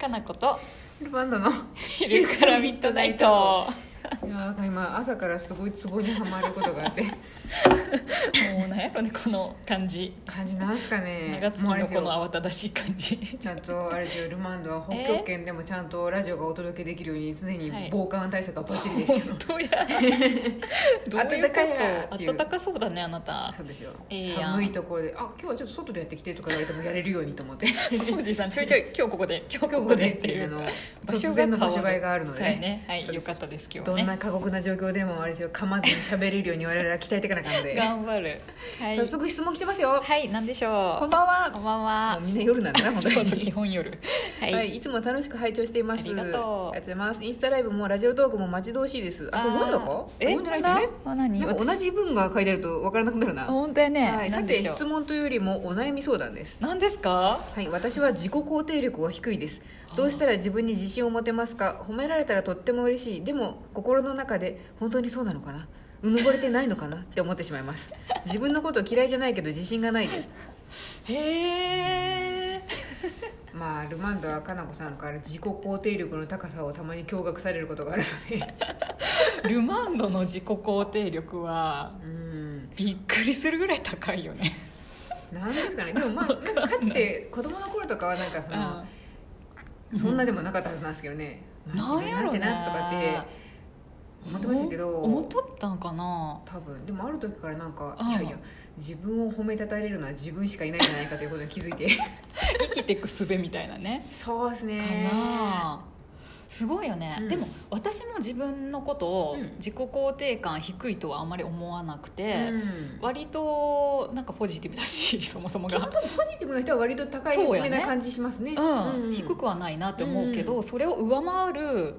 かなことルバンドの昼からミッドナイト。 いや今朝からすごいツボにはまることがあってもうなんやろね、この感じなんすかね。 長月のこの慌ただしい感じ。 ちゃんとあれですよ、ルマンドは北極圏でもちゃんとラジオがお届けできるように常に防寒対策がバッチリですよ、 本当やどういうこと暖かそうだねあなた。 そうですよ、 寒いところで今日はちょっと外でやってきてとか言われてもやれるようにと思っておじさんちょいちょい今日ここでっていう突然の場所替えがあるのでね、はい、よかったです今日はね。 どんな過酷な状況でもあれですよ、噛まずに喋れるように我々は鍛えていかなあかんので頑張る、はい、 早速質問来てますよ。 はい、何でしょう。 こんばんは。 こんばんは。 もうみんな夜なんだな本当に。 そうそう、基本夜。 はい、はい、いつも楽しく拝聴しています。 ありがとう。ありがとうございます。インスタライブもラジオトークも待ち遠しいです。これなんだか？読んでないですね。 何？ なんか同じ文が書いてあると分からなくなるな。 本当やね。 はい、さて質問というよりもお悩み相談です。 何ですか？ はい、私は自己肯定力が低いです。どうしたら自分に自信を持てますか？褒められたらとっても嬉しい。でも心の中で本当にそうなのかな？うぬぼれてないのかなって思ってしまいます。自分のこと嫌いじゃないけど自信がないです。 へえ。 まあルマンドはかなこさんから自己肯定力の高さをたまに驚愕されることがあるのでルマンドの自己肯定力はびっくりするぐらい高いよね。 なんですかね。でもまあかつて子供の頃とかはなんかそんなでもなかったはずなんですけどね、 なんやろねなんとかって思ってましたけど、 思っとったんかな多分。でもある時からなんかいやいや自分を褒めたたえれるのは自分しかいないんじゃないかということに気づいて生きていく術みたいなね。 そうですね。 かな。すごいよね、でも私も自分のことを自己肯定感低いとはあんまり思わなくて、割となんかポジティブだしそもそもが基本ポジティブな人は割と高いめな感じしますね。 低くはないなって思うけど、それを上回る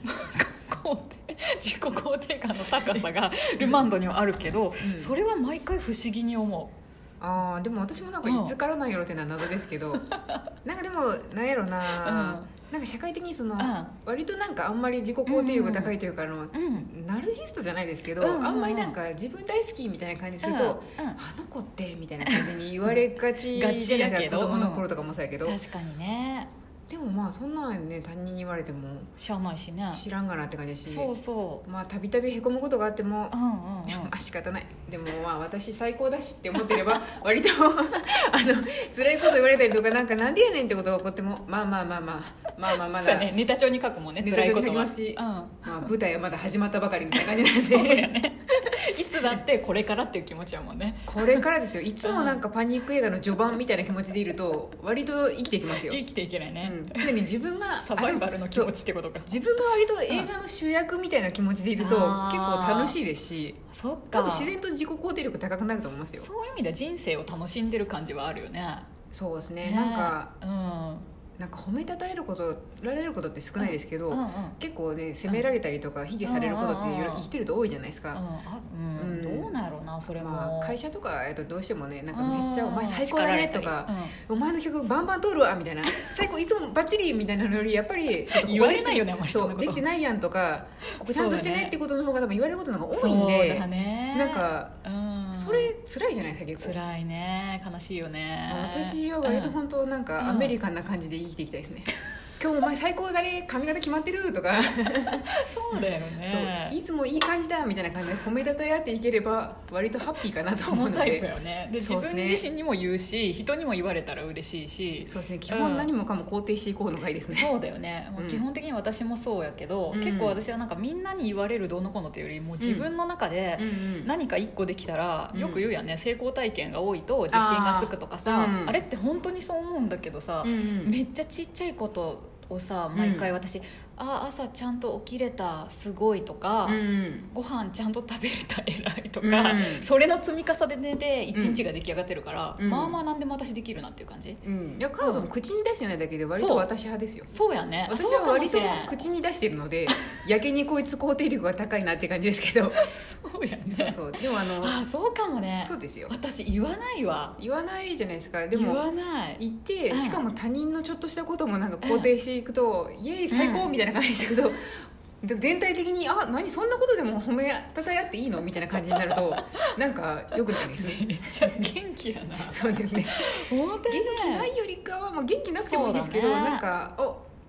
自己肯定感の高さがルマンドにはあるけど、それは毎回不思議に思う。 でも私もなんかいつからなんやろっていうのは謎ですけど、なんかでもなんやろな、なんか社会的に割となんかあんまり自己肯定力が高いというかナルシストじゃないですけど、あんまりなんか自分大好きみたいな感じすると、あの子ってみたいな感じに言われがちじゃないですか。子供の頃とかもそうやけど、 確かにね。 でもまあそんなんね、他人に言われても知らないしね、 知らんがなって感じだし、 そうそう、 まあたびたびへこむことがあっても、仕方ない。でもまあ私最高だしって思ってれば割と辛いこと言われたりとかなんでやねんってことが起こってもまあそうね、ネタ帳に書くもんね、辛いことは。 まあ舞台はまだ始まったばかりみたいな感じなんでそうやねいつだってこれからっていう気持ちはもんね。 これからですよ。いつもなんかパニック映画の序盤みたいな気持ちでいると割と生きていきますよ。 生きていけないね、 常に自分がサバイバルの気持ちってことか。 自分が割と映画の主役みたいな気持ちでいると結構楽しいですし、 そっか、 多分自然と自己肯定力高くなると思いますよ。 そういう意味では人生を楽しんでる感じはあるよね。 そうですね。なんか褒めたたえられることって少ないですけど、結構ね責められたりとか卑下されることって生きてると多いじゃないですか。どうなんやろうなそれも。 会社とかやとどうしてもね、なんかめっちゃ「お前最高だね」とか「お前の曲バンバン通るわ」みたいな「最高いつもバッチリ」みたいなのよりやっぱりちょっと言われないよね、あんまりそんなこと。 できてないやんとか、ここちゃんとしてねってことの方が多分言われることの方が多いんで、なんかそれ辛いじゃないですか。結構辛いね、悲しいよね。 私は割と本当なんかアメリカンな感じで生きていきたいですね。今日お前最高だね、髪型決まってるとかそうだよね、 いつもいい感じだみたいな感じで褒めたたえ合っていければ割とハッピーかなと思うので。 そのタイプよね。で、自分自身にも言うし、人にも言われたら嬉しいし。 そうですね、基本何もかも肯定していこうのがいいですね。 そうだよね、基本的に私もそうやけど、結構私はなんかみんなに言われるどうのこうのというよりも自分の中で何か一個できたら、よく言うやんね、成功体験が多いと自信がつくとかさ、あれって本当にそう思うんだけどさ、めっちゃちっちゃいことをさ、毎回私、朝ちゃんと起きれたすごいとか、ご飯ちゃんと食べれた偉いとか、それの積み重ねで一日が出来上がってるから、まあまあ何でも私できるなっていう感じ。 いや彼女も口に出してないだけで割と私派ですよ。 そうやね、 私は割と口に出してるのでやけにこいつ肯定力が高いなって感じですけどそうやね。 そうでもそうかもね。 そうですよ。 私言わないわ。 言わないじゃないですか。でも言わない。 言って、しかも他人のちょっとしたこともなんか肯定していくと、イエーイ最高みたいな感じしていくと、全体的に何そんなことでも褒めたたえ合っていいのみたいな感じになるとなんか良くないですね。 めっちゃ元気やな。 そうですね。 本当にね、 元気ないよりかは、元気なくてもいいですけど、なんか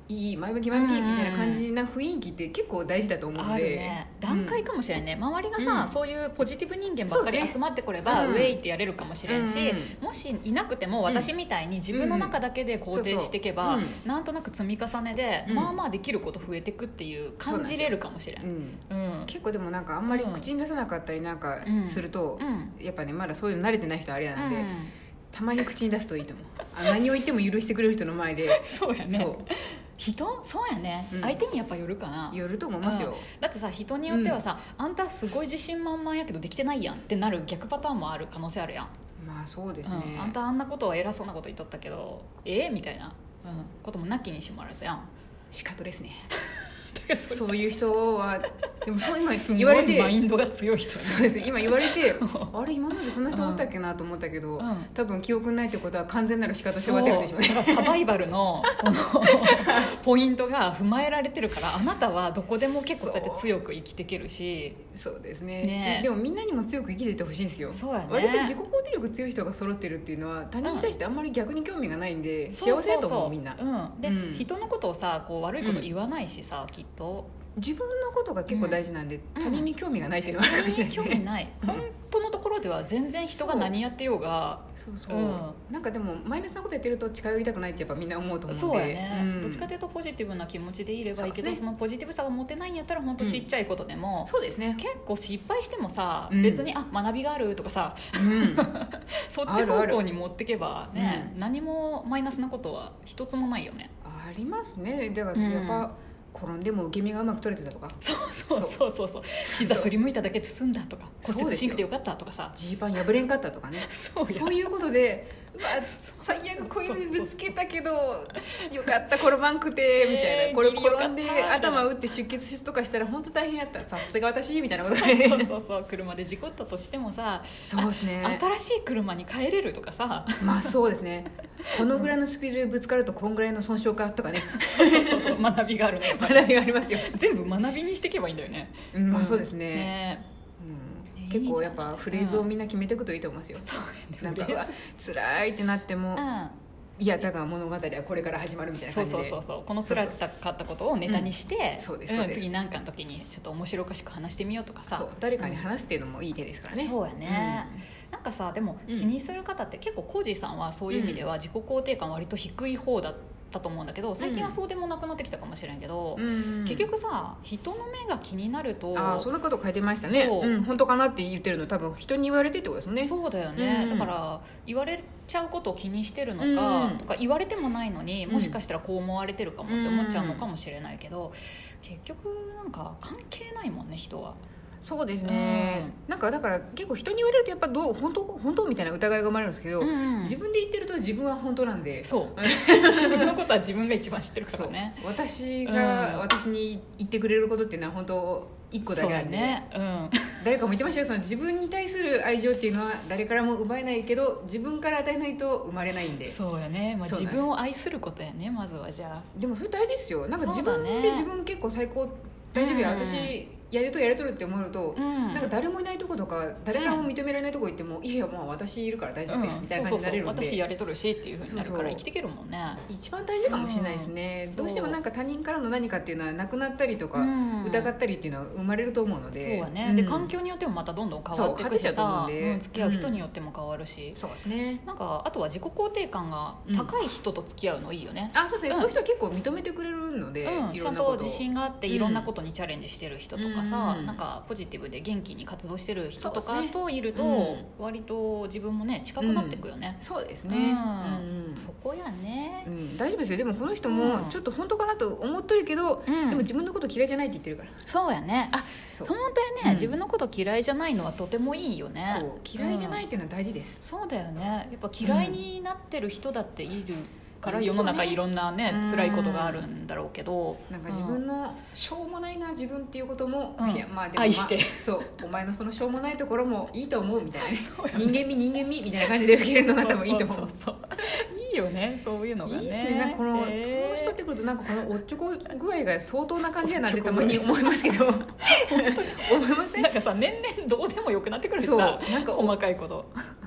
いい前向き前向きみたいな感じな雰囲気って結構大事だと思うんで、 あるね、段階かもしれんね、周りがさ、そういうポジティブ人間ばっかり集まってこれば、ウェイってやれるかもしれんし、もしいなくても私みたいに自分の中だけで肯定していけば、なんとなく積み重ねで、まあまあできること増えていくっていう感じれるかもしれん。 結構でもなんかあんまり口に出さなかったりなんかすると、やっぱねまだそういうの慣れてない人はあれなんで、たまに口に出すといいと思う。何を言っても許してくれる人の前でそうやね、そうやね、相手にやっぱよるかな、 よると思いますよ、 だってさ人によってはさ、あんたすごい自信満々やけどできてないやんってなる逆パターンもある可能性あるやん。 まあそうですね、 あんたあんなことは偉そうなこと言っとったけどみたいな、こともなきにしもあらずやん。 仕方ですねそういう人はでもそう今言われてマインドが強い人、ね、 そうです、今言われてあれ今までそんな人おったっけなと思ったけど、多分記憶ないってことは完全なる仕方して終わってるんでしょうね。 だからサバイバルのこのポイントが踏まえられてるから、あなたはどこでも結構そうやって強く生きていけるし。 そうですね、でもみんなにも強く生きていってほしいんですよ。 そうやね、 割と自己肯定力強い人が揃ってるっていうのは他人に対してあんまり逆に興味がないんで、幸せだと思うみんな。 で、人のことをさこう悪いこと言わないしさ、きっと自分のことが結構大事なんで、他人に興味がないっていうのはあるかもしれない、 興味ない本当のところでは全然人が何やってようが、 なんかでもマイナスなことやってると近寄りたくないってやっぱみんな思うと思うんで、 そうやね、どっちかというとポジティブな気持ちでいればいいけど、そのポジティブさが持てないんやったら本当ちっちゃいことでも、 そうですね、 結構失敗してもさ、別に学びがあるとかさ、そっち方向に持ってけばね、何もマイナスなことは一つもないよね。 ありますね。だからやっぱ、転んでも受け身がうまく取れてたとか、 そう膝すりむいただけ包んだとか、骨折しんくてよかったとかさ、 ジーパン破れんかったとかね、そういうことでうわ最悪こういうのぶつけたけどよかった転ばんくてみたいな、これ転んで頭打って出血とかしたら本当大変やった、さすが私みたいなことで、 そう車で事故ったとしてもさ、 そうですね、 新しい車に変えれるとかさ、 まあそうですね、このぐらいのスピードでぶつかるとこんぐらいの損傷かとかね、 そう学びがあるね、 学びがありますよ。 全部学びにしていけばいいんだよね。 まあそうですね、結構やっぱフレーズをみんな決めていくといいと思いますよ。なんか辛いってなっても、いやだから物語はこれから始まるみたいな感じで、 そうこの辛かったことをネタにして、次何かの時にちょっと面白おかしく話してみようとかさ、 誰かに話すっていうのもいい手ですからね。 そうやね、なんかさでも気にする方って結構コージーさんはそういう意味では自己肯定感割と低い方だったと思うんだけど、最近はそうでもなくなってきたかもしれんけど、結局さ人の目が気になると、 そんなこと書いてましたね。本当かなって言ってるの多分人に言われてってことですもんね。 そうだよね、だから言われちゃうことを気にしてるのか、とか言われてもないのにもしかしたらこう思われてるかもって思っちゃうのかもしれないけど、結局なんか関係ないもんね人は。 そうですね、なんかだから結構人に言われるとやっぱ本当みたいな疑いが生まれるんですけど、自分で言ってると自分は本当なんで、 そう自分のことは自分が一番知ってるからね。 私が私に言ってくれることっていうのは本当一個だけあるんで、誰かも言ってましたよ、その自分に対する愛情っていうのは誰からも奪えないけど自分から与えないと生まれないんで。 そうやね、自分を愛することやね、まずは。じゃあでもそれ大事ですよ。なんか自分で自分結構最高大丈夫や、私やれとるって思うと、なんか誰もいないとことか誰からも認められないとこ行っても、いやまあ私いるから大丈夫ですみたいな感じになれるので、 私やれとるしっていうふうになるから生きていけるもんね。 一番大事かもしれないですね。どうしてもなんか他人からの何かっていうのはなくなったりとか、疑ったりっていうのは生まれると思うので、 そうやね、で環境によってもまたどんどん変わっていくしさ、付き合う人によっても変わるし、 そうですね。 なんかあとは自己肯定感が高い人と付き合うのいいよね。 そうですね、そういう人は結構認めてくれるので、 ちゃんと自信があっていろんなことにチャレンジしてる人とかさ、なんかポジティブで元気に活動してる人とかといると、割と自分もね近くなっていくよね。 そうですね、 そこやね、 大丈夫ですよ。でもこの人もちょっと本当かなと思ってるけど、でも自分のこと嫌いじゃないって言ってるから。 そうやね、本当やね、自分のこと嫌いじゃないのはとてもいいよね。 そう嫌いじゃないっていうのは大事です。 そうだよね、やっぱ嫌いになってる人だっているから世の中いろんなね、辛いことがあるんだろうけど、 なんか自分のしょうもないな自分っていうことも、いやまあでも、 愛して、 そうお前のそのしょうもないところもいいと思うみたいな、ね、人間味みたいな感じで受けるのが多分いいと思う。 いいよね、そういうのがね。 いいですね。なんかこの年取ってくるとなんかこのおっちょこ具合が相当な感じやなってたまに思いますけど本当に思いません？ なんかさ年々どうでもよくなってくるしさ、なんか細かいこと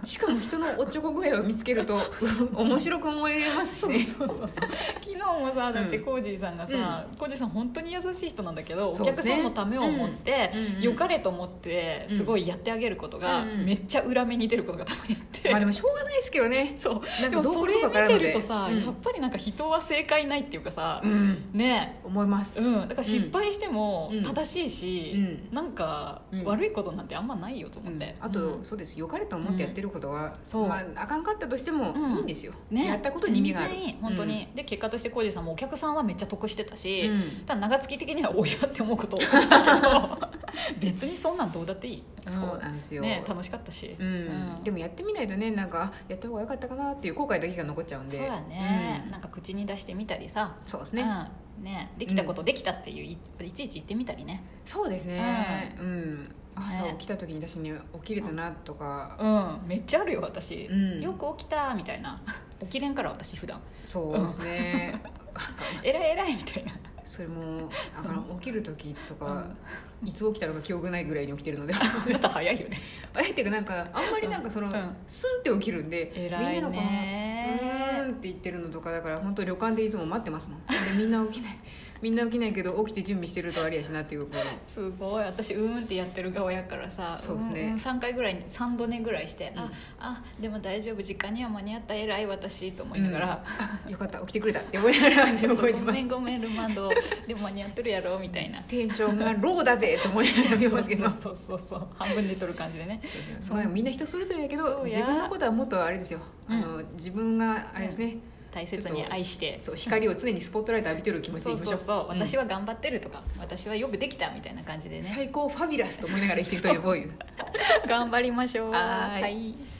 しかも人のおっちょこ具合を見つけると面白く思えますしね。 そう昨日もさ、だってコージーさんがさ、コージーさん本当に優しい人なんだけど、お客さんのためを思って、良かれと思ってすごいやってあげることが、めっちゃ裏目に出ることがたまにあって、 まあでもしょうがないですけどね。 そうなんかそれ見てるとさ、やっぱりなんか人は正解ないっていうかさ、ね思います。 だから失敗しても正しいし、なんか悪いことなんてあんまないよと思って。 あとそうです、良かれと思ってやってることは、まああかんかったとしてもいいんですよ。やったことに意味がある。 全然いい本当に。で結果としてコージーさんもお客さんはめっちゃ得してたし、ただ長月的にはおやって思うこと多かったけど別にそんなんどうだっていい。 そうなんですよ。 楽しかったし。 でもやってみないとね、なんかやった方が良かったかなっていう後悔だけが残っちゃうんで。 そうだね。なんか口に出してみたりさ。 そうですね。 ね、できたことできたっていういちいち言ってみたりね。 そうですね。朝起きた時に私に起きれたなとか、めっちゃあるよ私。よく起きたみたいな。起きれんから私普段。 そうですね。 偉い偉いみたいな。 それも起きる時とか、いつ起きたのか記憶ないぐらいに起きてるのであなた早いよね。 早いっていうか、なんかあんまりなんかその、スンって起きるんで、 偉いね、 みんなのこのって言ってるのとかだから、本当旅館でいつも待ってますもん。でみんな起きないけど起きて準備してるとありやしなっていう。 すごい、私ってやってる側やからさ、 そうですね、 3回ぐらい3度寝ぐらいして、でも大丈夫、時間には間に合った、偉い私と思いながら、 よかった起きてくれたって思いながらごめんごめんルマンドでも間に合ってるやろみたいな、 テンションがローだぜって思いながら見ますけど、 そう半分寝とる感じでね。 みんな人それぞれだけど、自分のことはもっとあれですよ、自分があれですね、 大切に愛して、 光を常にスポットライト浴びてる気持ちでいきましょう。 そう私は頑張ってるとか、私はよくできたみたいな感じでね、 最高ファビュラスと思いながら生きていくという、こういう頑張りましょう。はい。